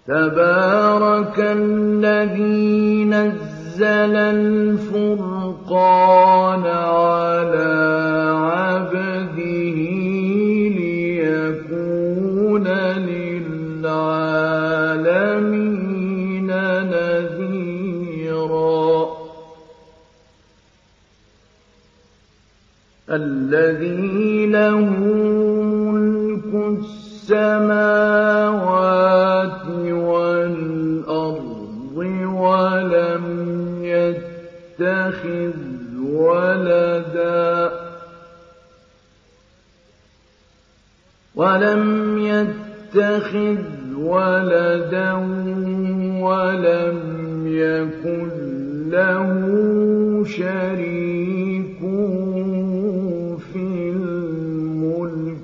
تبارك الذي نزل الفرقان على عبده ليكون للعالمين نذيرا الذي له ملك السماوات والأرض ولم يتخذ ولدا ولم يكن له شريك في الملك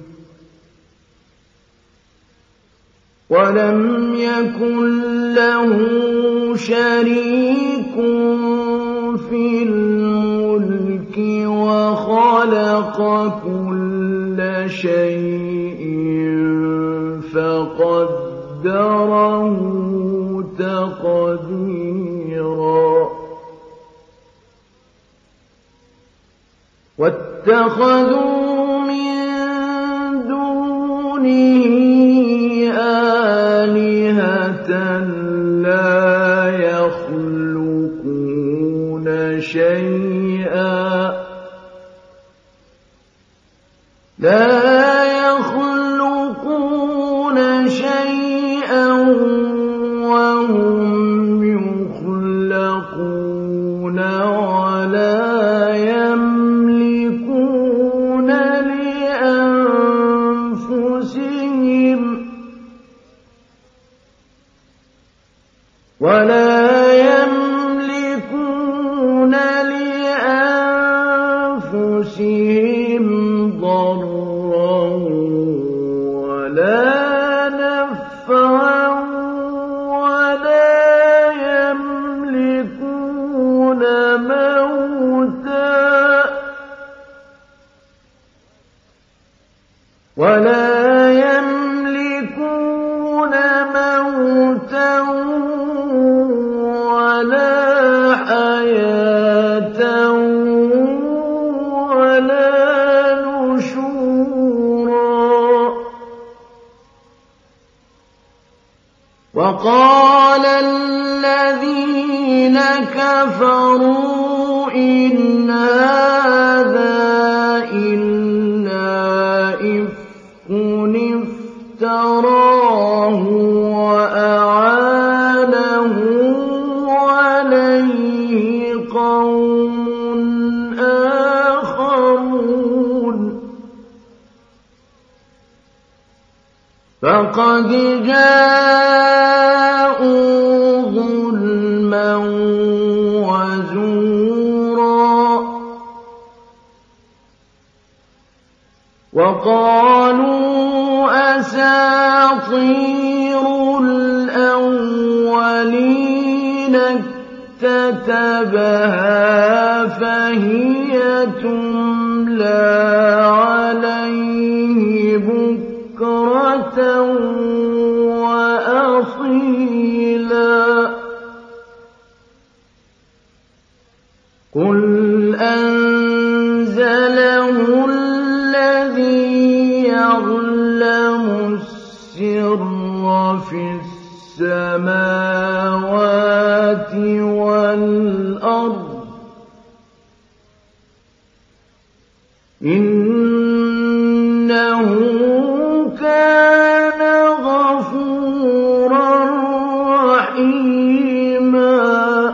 وخلق كل شيء فقدره تقديرا واتخذوا من دونه آلهة لا يخلقون شيئا وهم يخلقون ولا يملكون لأنفسهم ضرا ولا نفعا ولا يملكون موتا ولا حياة ولا نشورا وقال الذين كفروا إن هذا إلا إفك افتراه وأعانه عليه قوم آخرون فقد جاءوا ظلما وزورا وقالوا أساطير الأولين اكتتبها فهي تملى عليه بكرة وأصيلا قل أنزله الذي يعلم السر في السماوات والأرض إنه كان غفورا رحيما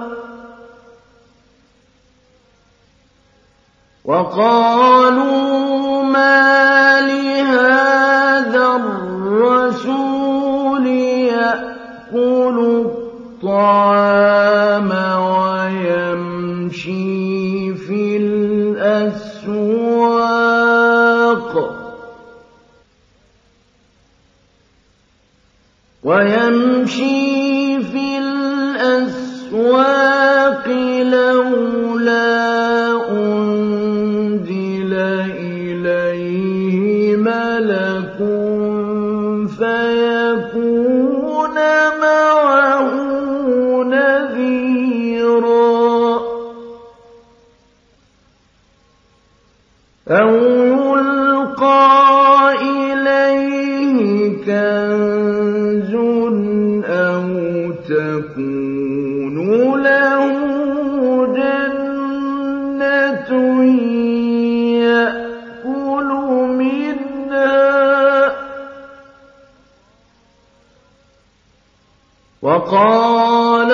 وقالوا ما لهذا الرسول يأكل الطعام ويمشي في الأسواق لولا أنزل إليه ملك فيكون معه كَنزٌ أَوْ تَكُونُ لَهُ جَنَّةٌ يَأْكُلُ مِنْهَا وَقَالَ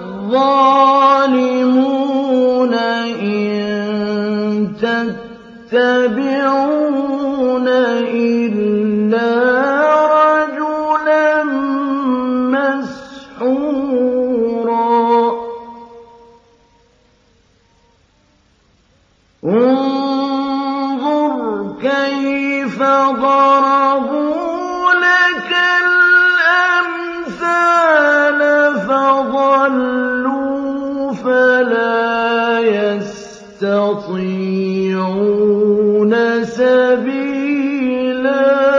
الظَّالِمُونَ إِن تَتَّبِعُونَ إِلَّا رَجُلًا مَّسْحُورًا انظُرْ كَيْفَ ضَرَبُوا لَكَ الْأَمْثَالَ فَضَلُّوا فَلَا يَسْتَطِيعُونَ سَبِيلًا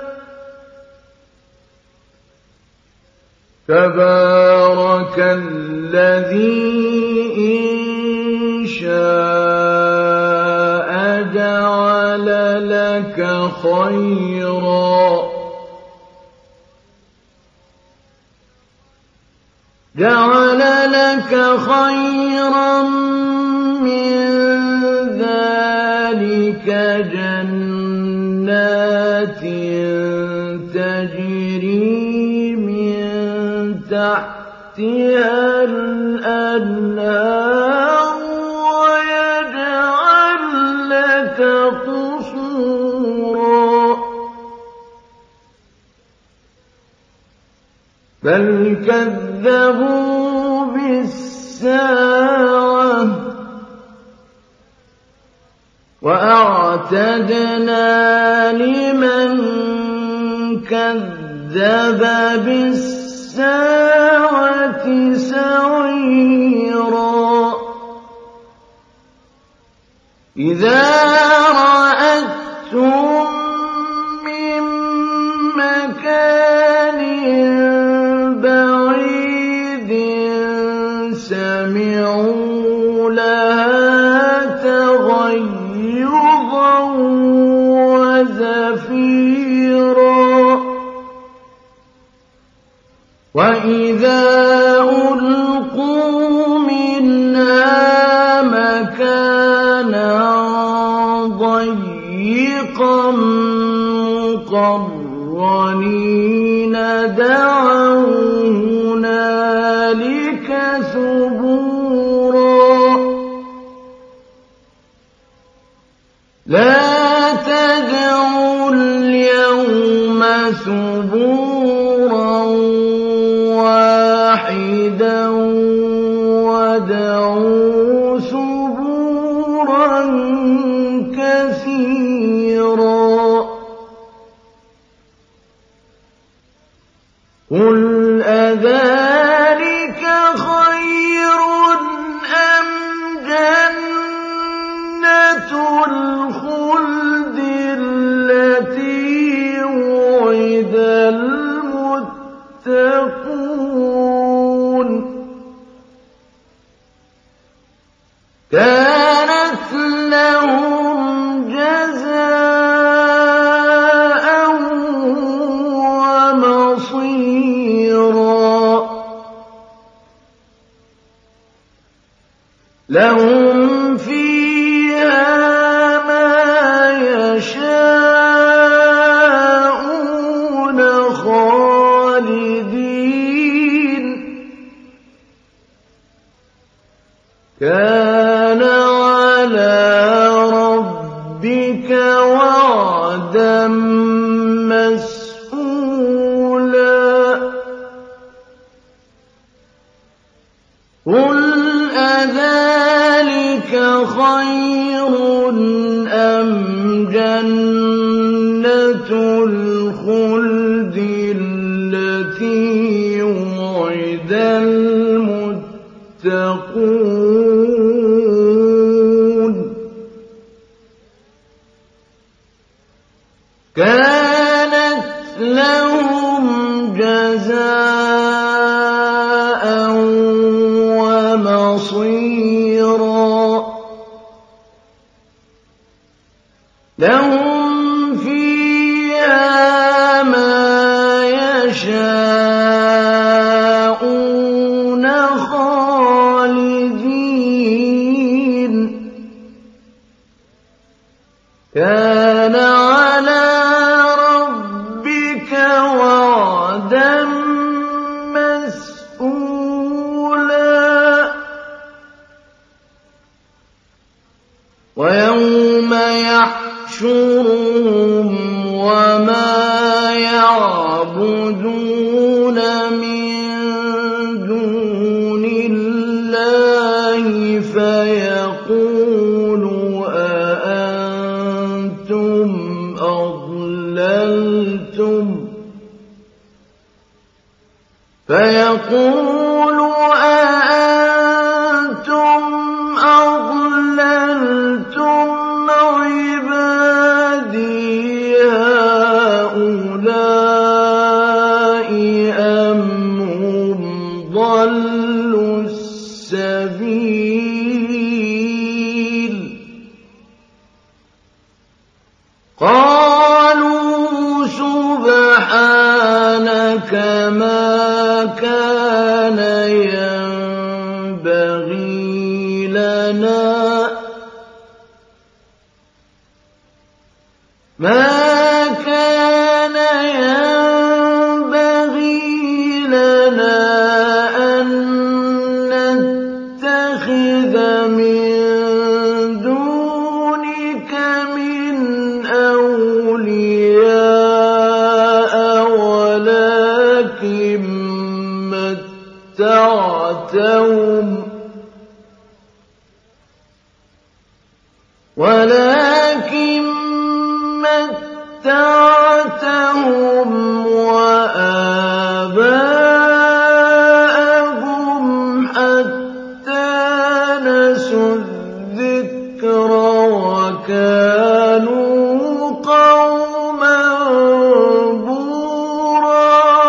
تَبَارَكَ الَّذِي إِن شَاءَ جَعَلَ لَكَ خَيْرًا مِّن ذَلِكَ جَنَّاتٍ تَجْرِي مِن تَحْتِهَا الْأَنْهَارُ وَيَجْعَل لَّكَ قُصُورًا بَلْ كَذَّبُوا بِالسَّاعَةِ وَأَعْتَدْنَا لِمَن كَذَّبَ بِالسَّاعَةِ سَعِيرًا إِذَا رَأَتْهُم مِّن مَّكَانٍ بَعِيدٍ سَمِعُوا لَهَا تَغَيُّظًا وَزَفِيرًا وَإِذَا أُلْقُوا مِنْهَا مَكَانًا ضَيِّقًا مُّقَرَّنِينَ دَعَوْا هُنَالِكَ ثُبُورًا لَا تَدْعُوا الْيَوْمَ ثُبُورًا وَاحِدًا وَادْعُوا ثُبُورًا كَثِيرًا قُلْ أَذَٰلِكَ خَيْرٌ أَمْ جَنَّةُ الْخُلْدِ الَّتِي وُعِدَ الْمُتَّقُونَ كَانَتْ لَهُمْ جَزَاءً وَمَصِيرًا لَهُمْ فِيهَا مَا يَشَاءُونَ خَالِدِينَ كَانَ عَلَىٰ رَبِّكَ وَعْدًا مَّسْئُولًا قُلْ أَذَٰلِكَ خَيْرٌ أَمْ جَنَّةُ الْخُلْدِ الَّتِي وُعِدَ الْمُتَّقُونَ كَانَتْ لَهُمْ جَزَاءً وَمَصِيرًا لَهُمْ فِيهَا مَا يَشَاءُونَ يَشَاءُونَ خَالِدِينَ كَانَ عَلَىٰ رَبِّكَ وَعْدًا مَّسْئُولًا وَيَوْمَ يَحْشُرُهُمْ وَمَا يَعْبُدُونَ مِن دُونِ اللَّهِ فَيَقُولُ أَأَنتُمْ أَضْلَلْتُمْ عِبَادِي هَٰؤُلَاءِ أَمْ هُمْ ضَلُّوا السَّبِيلَ قَالُوا سُبْحَانَكَ مَا كَانَ يَنبَغِي لَنَا أَن نَّتَّخِذَ مِن دُونِكَ مِنْ أَوْلِيَاءَ ولكن متعتهم وآباءهم حتى نسوا الذكر وكانوا قوما بورا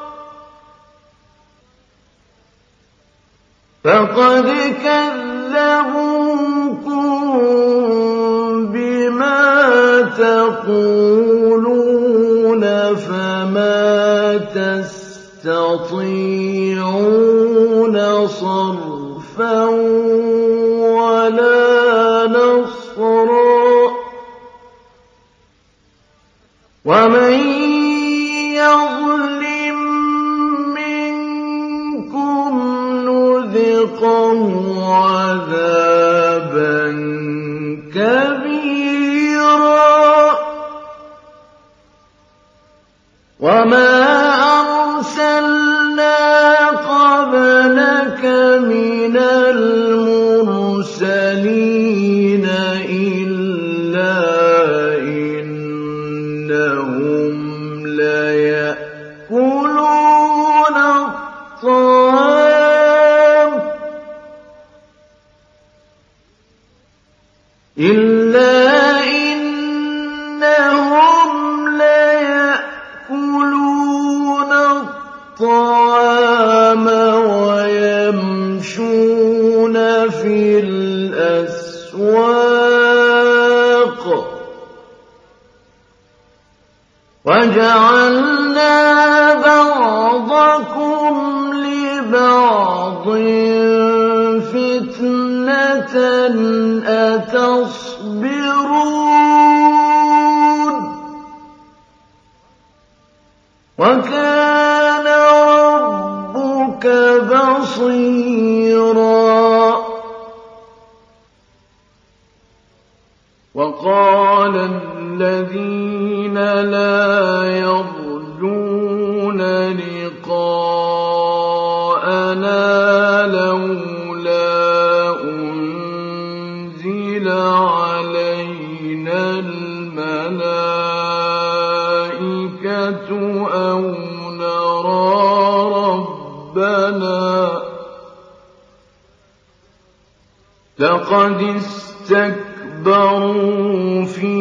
فقد كذبوكم بما تقولون فما تستطيعون صرفا ولا نصرا ومن يظلم منكم نذقه عذابا كبيرا وما أرسلنا قبلك من المرسلين إلا إنهم ليأكلون الطعام ويمشون في الأسواق وجعلنا بعضكم لبعض فتنة أتصبرون وكان ربك بصيرا وقال الذين لا يرجون لقاءنا لولا أنزل علينا الملائكة أو نرى ربنا لقد استكبروا في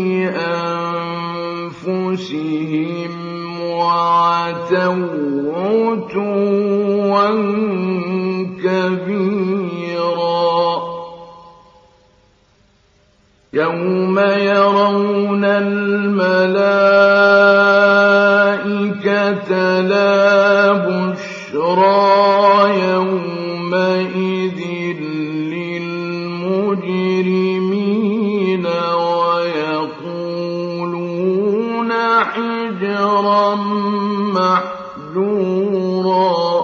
أنفسهم وعتوا عتوا كبيرا يوم يرون الملائكة لا بشرى يومئذ للمجرمين ويقولون حجرا محجورا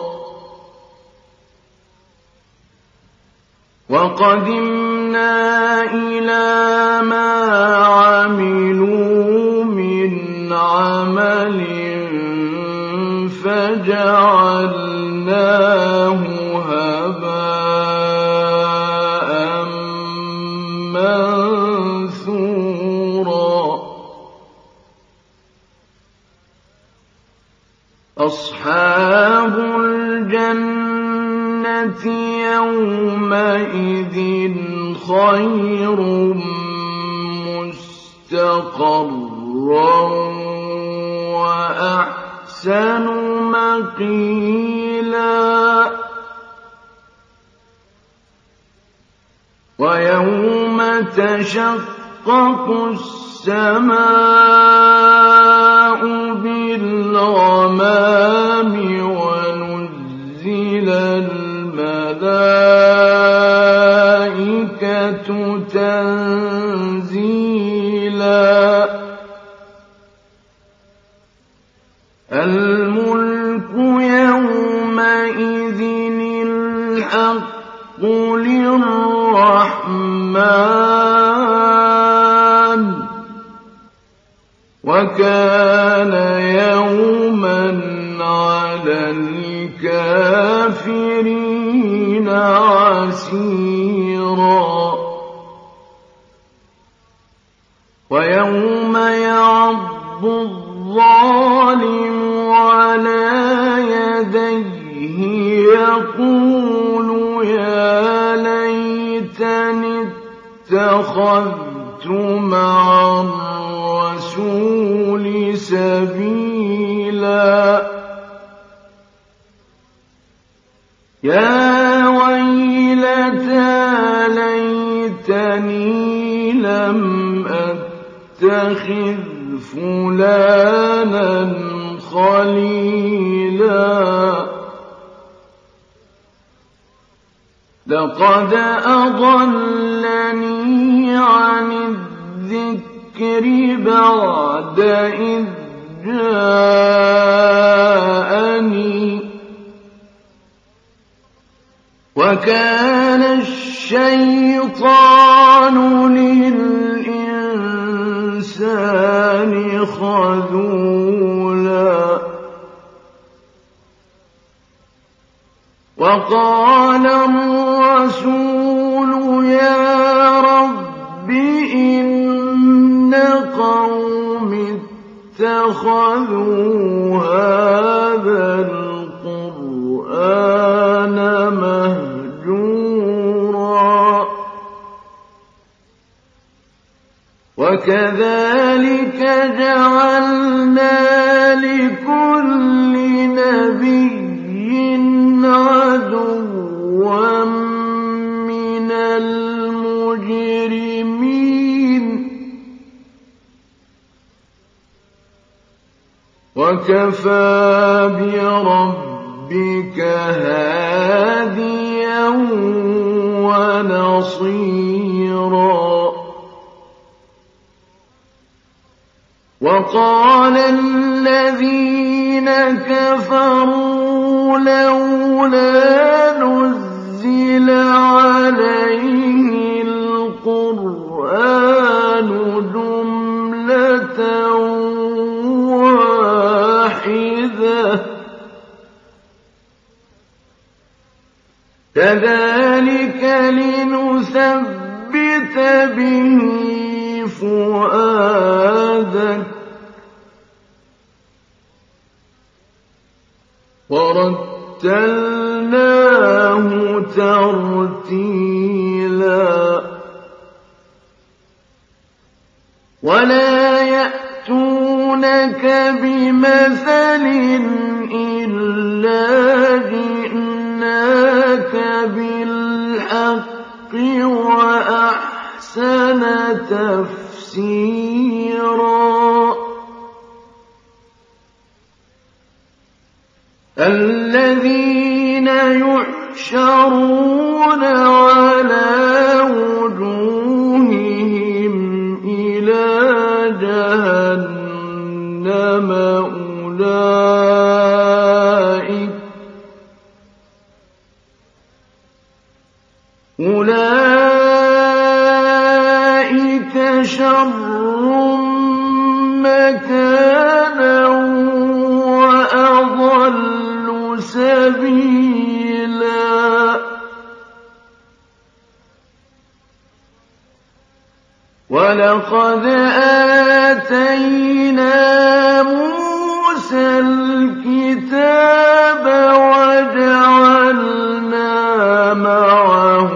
وقدمنا إلى ما عملوا من عمل فجعلناه هباء منثورا أصحاب الجنة يومئذ خير مستقرا وأحسن مقيلا ويوم تشقق السماء بالغمام ونزل الملائكة تنزيلا الملك يومئذ الحق للرحمن وكان يوما على الكافرين عسيرا ويوم يعض الظالم على يديه يقول يا ليتني اتخذت مع الرسول سبيلا يا ويلتى ليتني لم أتخذ فلانا خليلا لقد أضلني عن الذكر بعد إذ جاءني وكان الشيطان للإنسان خذولا وقال الرسول يا رب إن قوم اتخذوا هذا القرآن مهجورا وكذلك جعلنا لكل نبي عدوا من المجرمين وكفى بربك هاديا ونصيرا وقال الذين كفروا لولا نزل عليه القرآن جملة واحدة كذلك لنثبت به فؤادك ورتلناه ترتيلا ولا يأتونك بمثل إلا جئناك بالحق وأحسن تفسيرا الذين يحشرون على وجوههم إلى جهنم أولئك شر مكانا وأضل سبيلا ولقد آتينا موسى الكتاب وجعلنا معه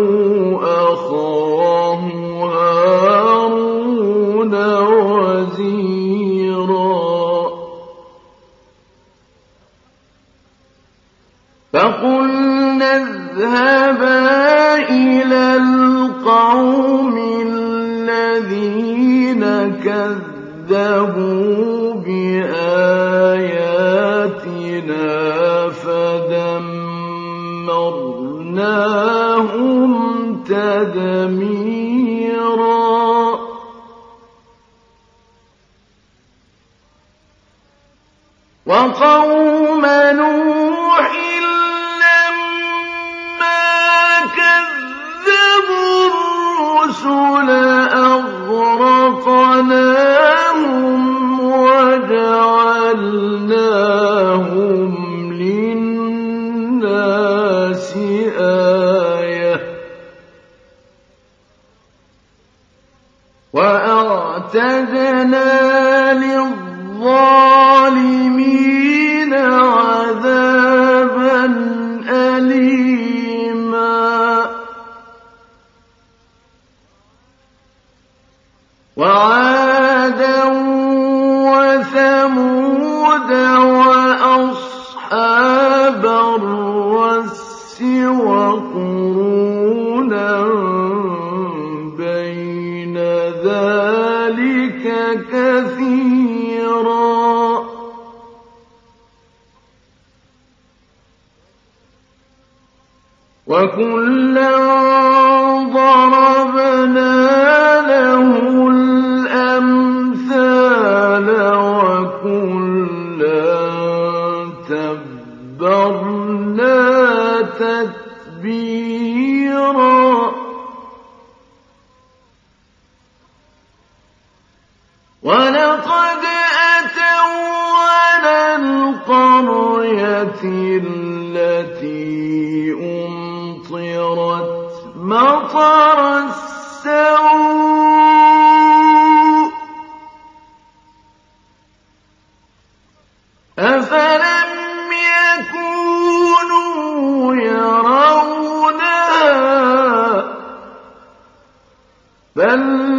أخاه هارون وزيرا فقلنا اذهبا إلى القوم الذين كذبوا بآياتنا فدمرناهم تدميرا وقوم نوح لما كذبوا الرسل أغرقناهم وجعلناهم للناس آية وأعتدنا للظالمين عذابا أليما وعادا وثمود وأصحاب الرس وقرونا بين ذلك كثيرا وكلا ضربنا له الأمثال وكلا تبرنا تتبيرا ولقد أتوا على القرية التي أمطرت مطر السوء أفلم يكونوا يرونها بل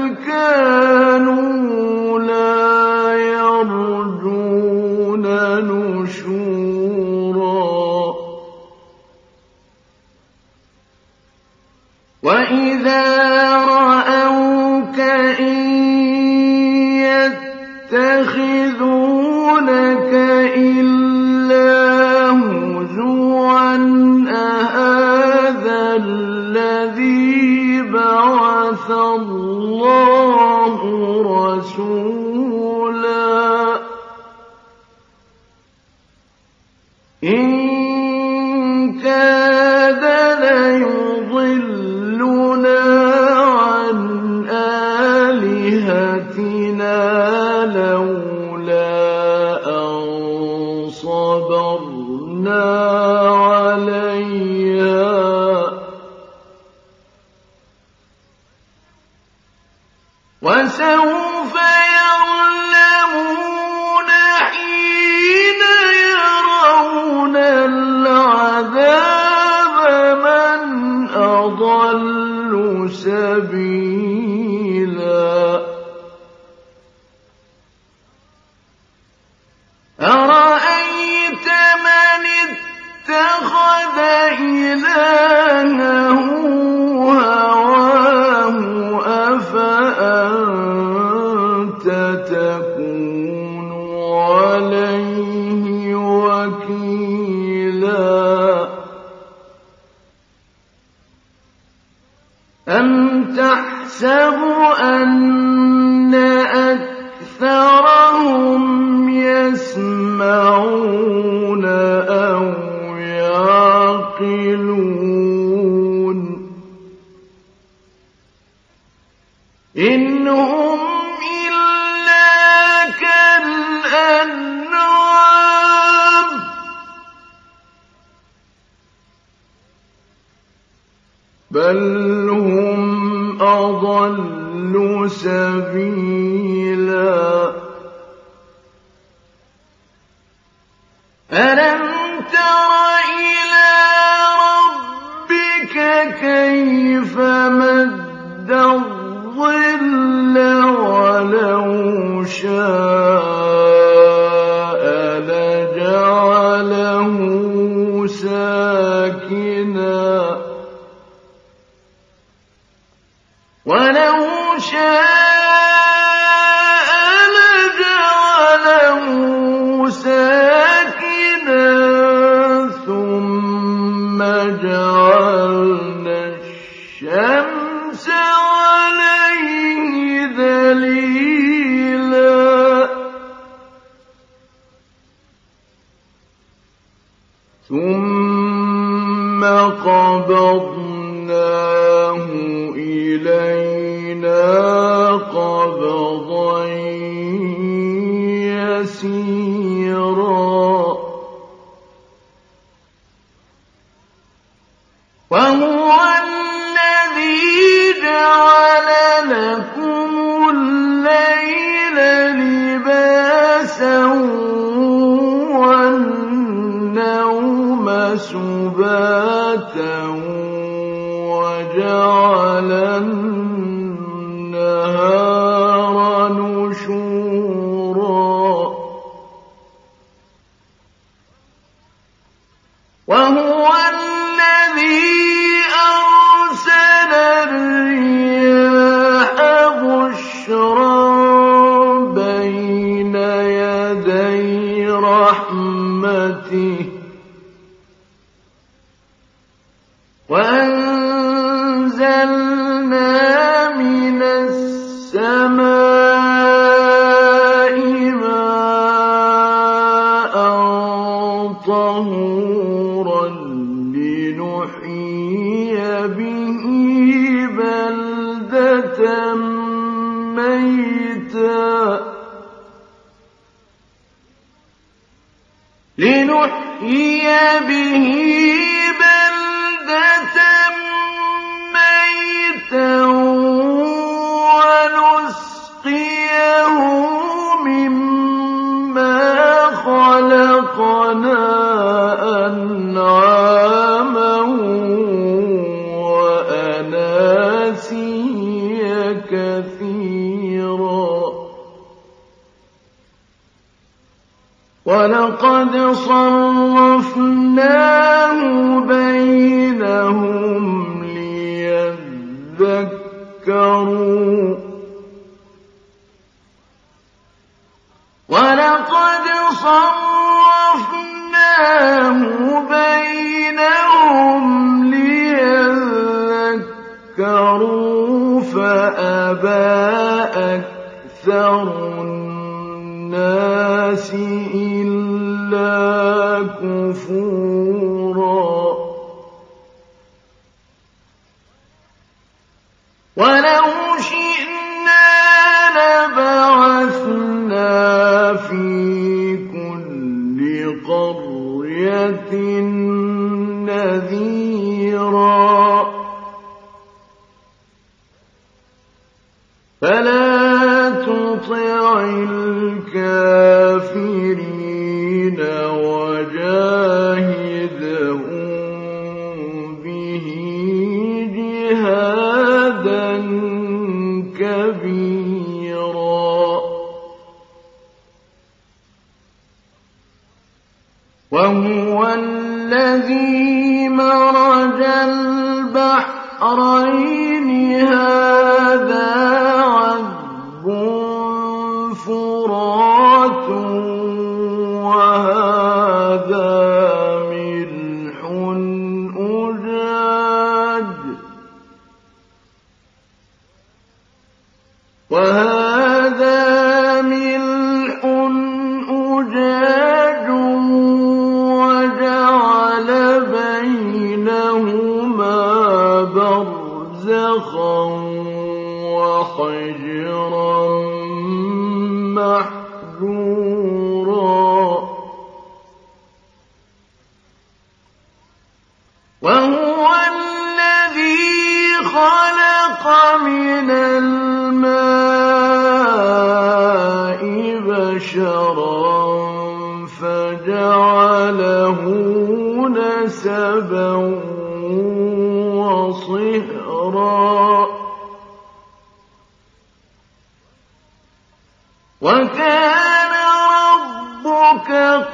كانوا لا يرجون نشورا وإذا رأوك إن يتخذونك إلا هزوا أهذا الذي بعث الله رسولا إن كاد ليضلنا عن آلهتنا لولا أن صبرنا عليها وسوف يعلمون حين يرون العذاب من أضل سبيلا أرأيت من أَمْ تَحْسَبُ أَنَّ أَكْثَرَهُمْ يَسْمَعُونَ أَوْ يَعْقِلُونَ إِنْ هُمْ إِلَّا كَالْأَنْعَامِ بَلْ هُمْ أَضَلُّ سَبِيلًا أَلَمْ تَرَ إِلَىٰ رَبِّكَ كَيْفَ مَدَّ الظِّلَّ وَلَوْ شَاءَ لَجَعَلَهُ سَاكِنًا ثُمَّ جَعَلْنَا الشَّمْسَ عَلَيْهِ دَلِيلًا ثُمَّ قَبَضْنَاهُ إِلَيْنَا قَبْضًا يَسِيرًا وَهُوَ الَّذِي جَعَلَ لَكُمُ اللَّيْلَ لِبَاسًا وَالنَّوْمَ سُبَاتًا وَجَعَلَ النَّهَارَ نُشُورًا وَهُوَ الَّذِي أَرْسَلَ الرِّيَاحَ بُشْرًا بَيْنَ يَدَيْ رَحْمَتِهِ وَأَنزَلْنَا مِنَ السَّمَاءِ مَاءً طَهُورًا لِّنُحْيِيَ بِهِ بَلْدَةً مَّيْتًا وَنُسْقِيَهُ مِمَّا خَلَقْنَا أَنْعَامًا وَأَنَاسِيَّ كَثِيرًا وَلَقَدْ صَرَّفْنَاهُ بَيْنَهُمْ لِيَذَّكَّرُوا فَأَبَىٰ أَكْثَرُ النَّاسِ إِلَّا كُفُورًا وَلَوْ شِئْنَا لَبَعَثْنَا فِي كُلِّ قَرْيَةٍ نَّذِيرًا فَلَا تُطِعِ الْكَافِرِينَ وَجَاهِدْهُم بِهِ جِهَادًا كَبِيرًا وَهُوَ الَّذِي مَرَجَ الْبَحْرَيْنِ هَٰذَا عَذْبٌ فُرَاتٌ وَهَٰذَا مِلْحٌ أُجَاجٌ وهو الذي خلق من الماء بشرا فجعله نسبا وصهرا وكان ربك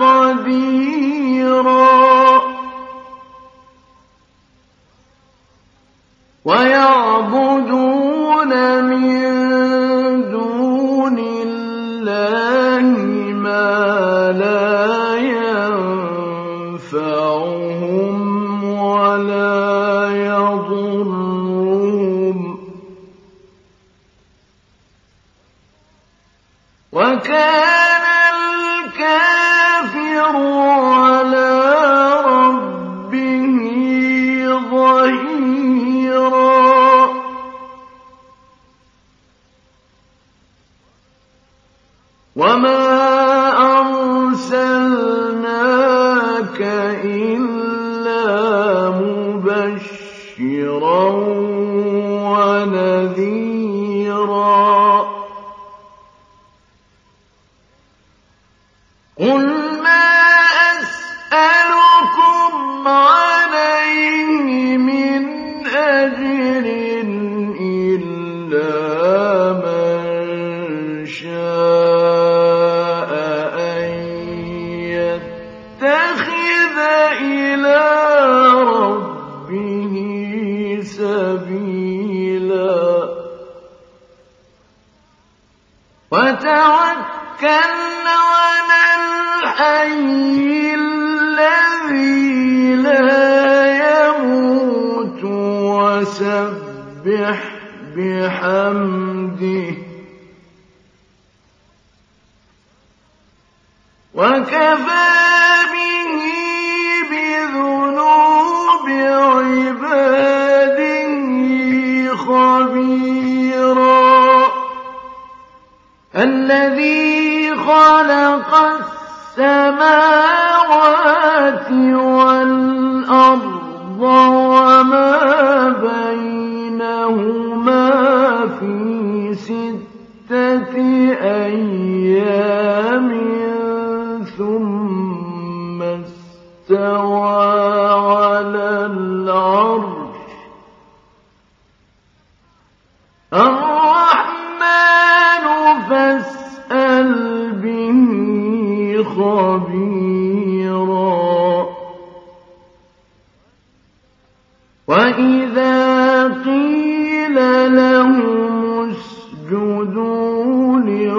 قديرا ويعبدون من دون الله ما لا ينفعهم ولا يضرهم وكان الكافر على ربه ظهيرا وما أرسلناك إلا مبشرا ونذيرا قل ما أسألكم عليه من أجر إلا من شاء أن يتخذ إلى ربه سبيلا وتوكل على الحي الذي لا يموت وسبح بحمده وكفى به بذنوب عباده خبيرا الذي خلق السماوات والأرض وما بينهما في 6 أيام ثم استوى على العرش الرحمن فاسأل به خبيرا وإذا قيل لهم اسجدوا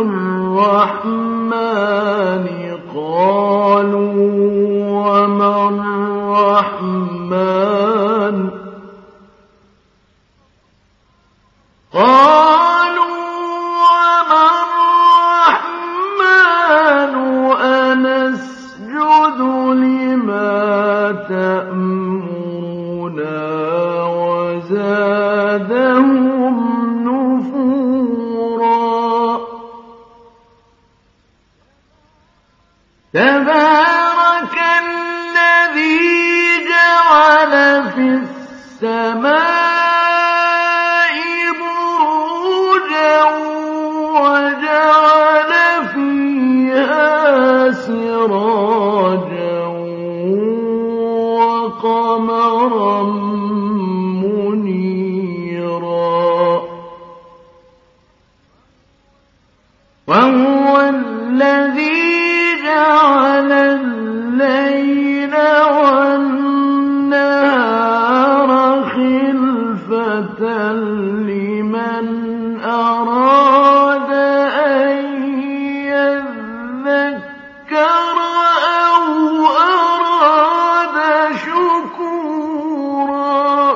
للرحمن قالوا وما الرحمن قالوا وما الرحمن أنسجد لما تأمرنا وزادهم نفورا تبارك الذي جعل في السماء بروجا وجعل فيها سراجا وقمرا منيرا وهو الذي جعل الليل والنهار خلفة لمن أراد أن يذكر أو أراد شكورا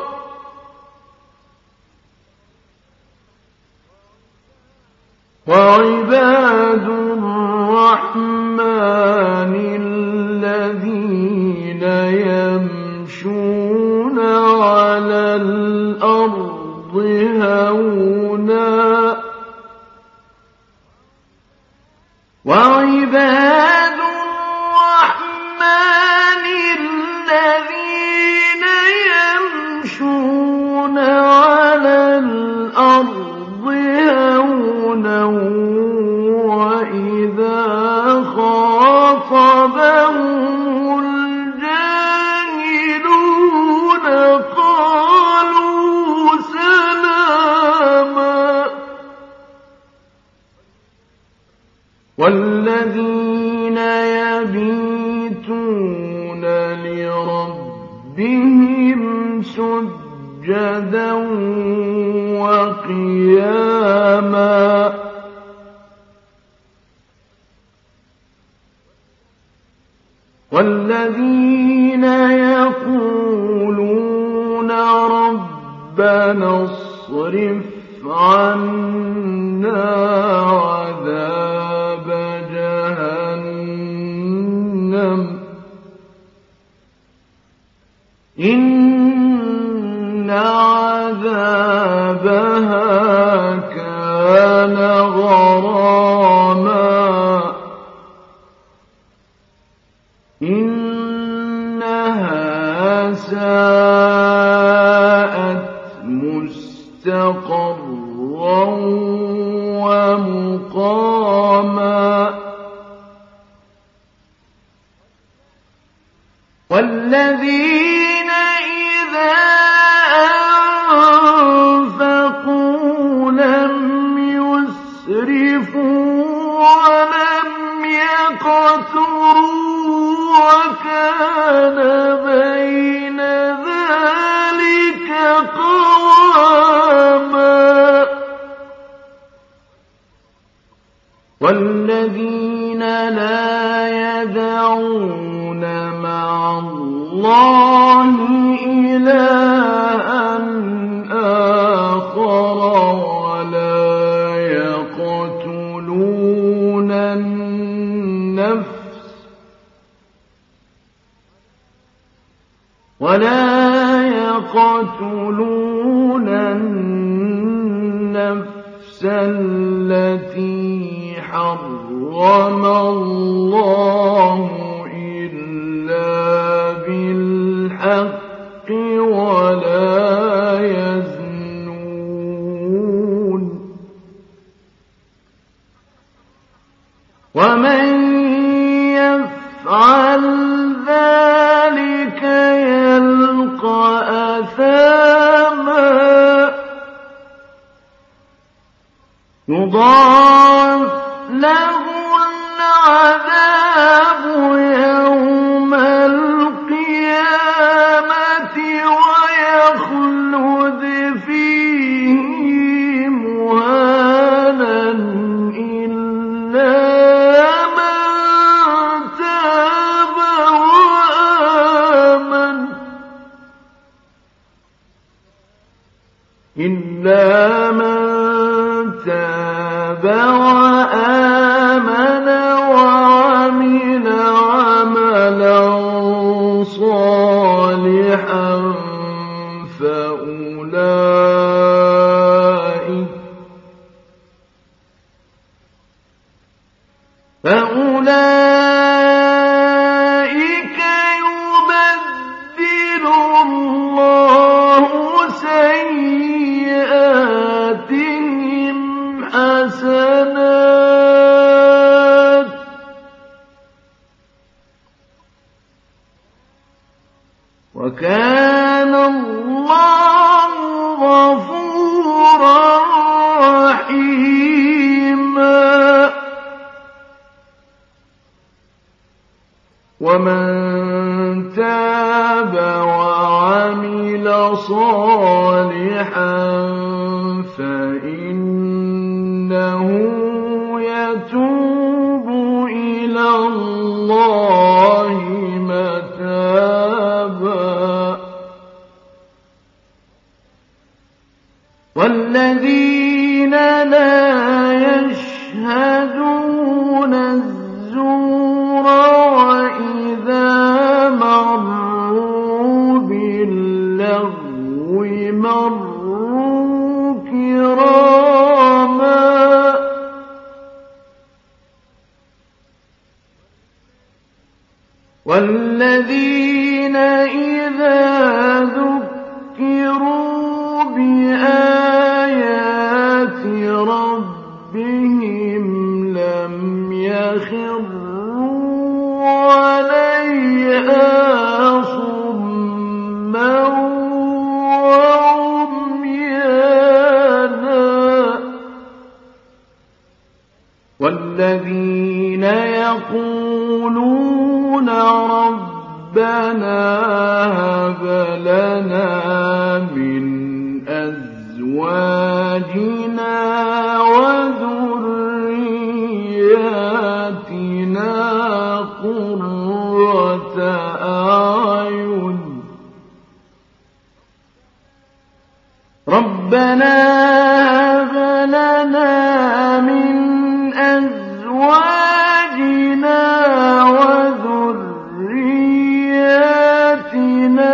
وعباد الرحمن الذين يمشون على الأرض هونا وعباد الرحمن الذين والذين يبيتون لربهم سجدا وقياما والذين يقولون ربنا اصرف عنا عذاب جهنم إن عذابها كان غراما إنها ساءت مستقرا ومقاما والذين إذا أنفقوا لم يسرفوا ولم يقتروا وكان بين ذلك قواما والذين لا يدعون مع الله إلها آخر ولا يقتلون النفس التي حرم الله إلا بالحق ولا يزنون ومن يفعل ذلك يلقى أثاما يضاعف له العذاب يوم القيامة ويخلد فيه مهانا إلا من تاب وآمن وعمل عملا صالحا فأولئك يبدل الله سيئاتهم حسنات وكان الله غفورا رحيما ومن تاب وعمل صالحا فإنه يتوب إلى الله متابا والذين لا يشهدون الزور وإذا مروا باللغو مروا كراما والذين إذا ذكروا بآيات ربهم لم يخروا عليها صما وعميانا والذين هب لنا من أزواجنا وذرياتنا قرة أعين ربنا هب لنا من أزواجنا وذرياتنا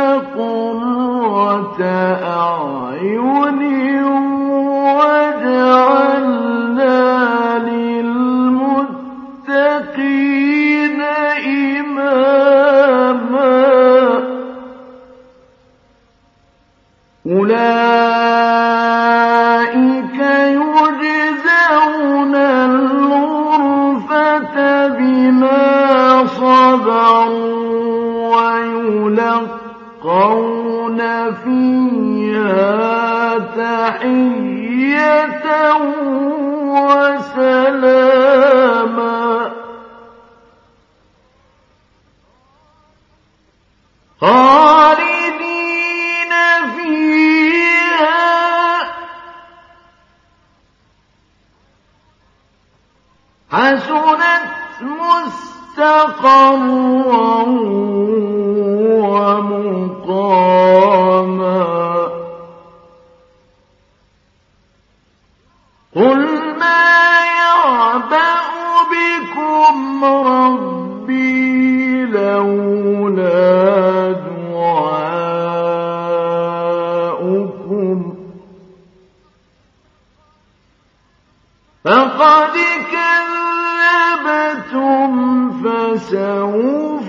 قرة أعين واجعلنا للمتقين إماما أولئك يجزون الغرفة بما صبروا ويلقون فيها تحية وسلاما خالدين فيها حسنت مستقرا ومقاما قل ما يعبأ بكم ربي لولا دعاؤكم فقد كذبتم فسوف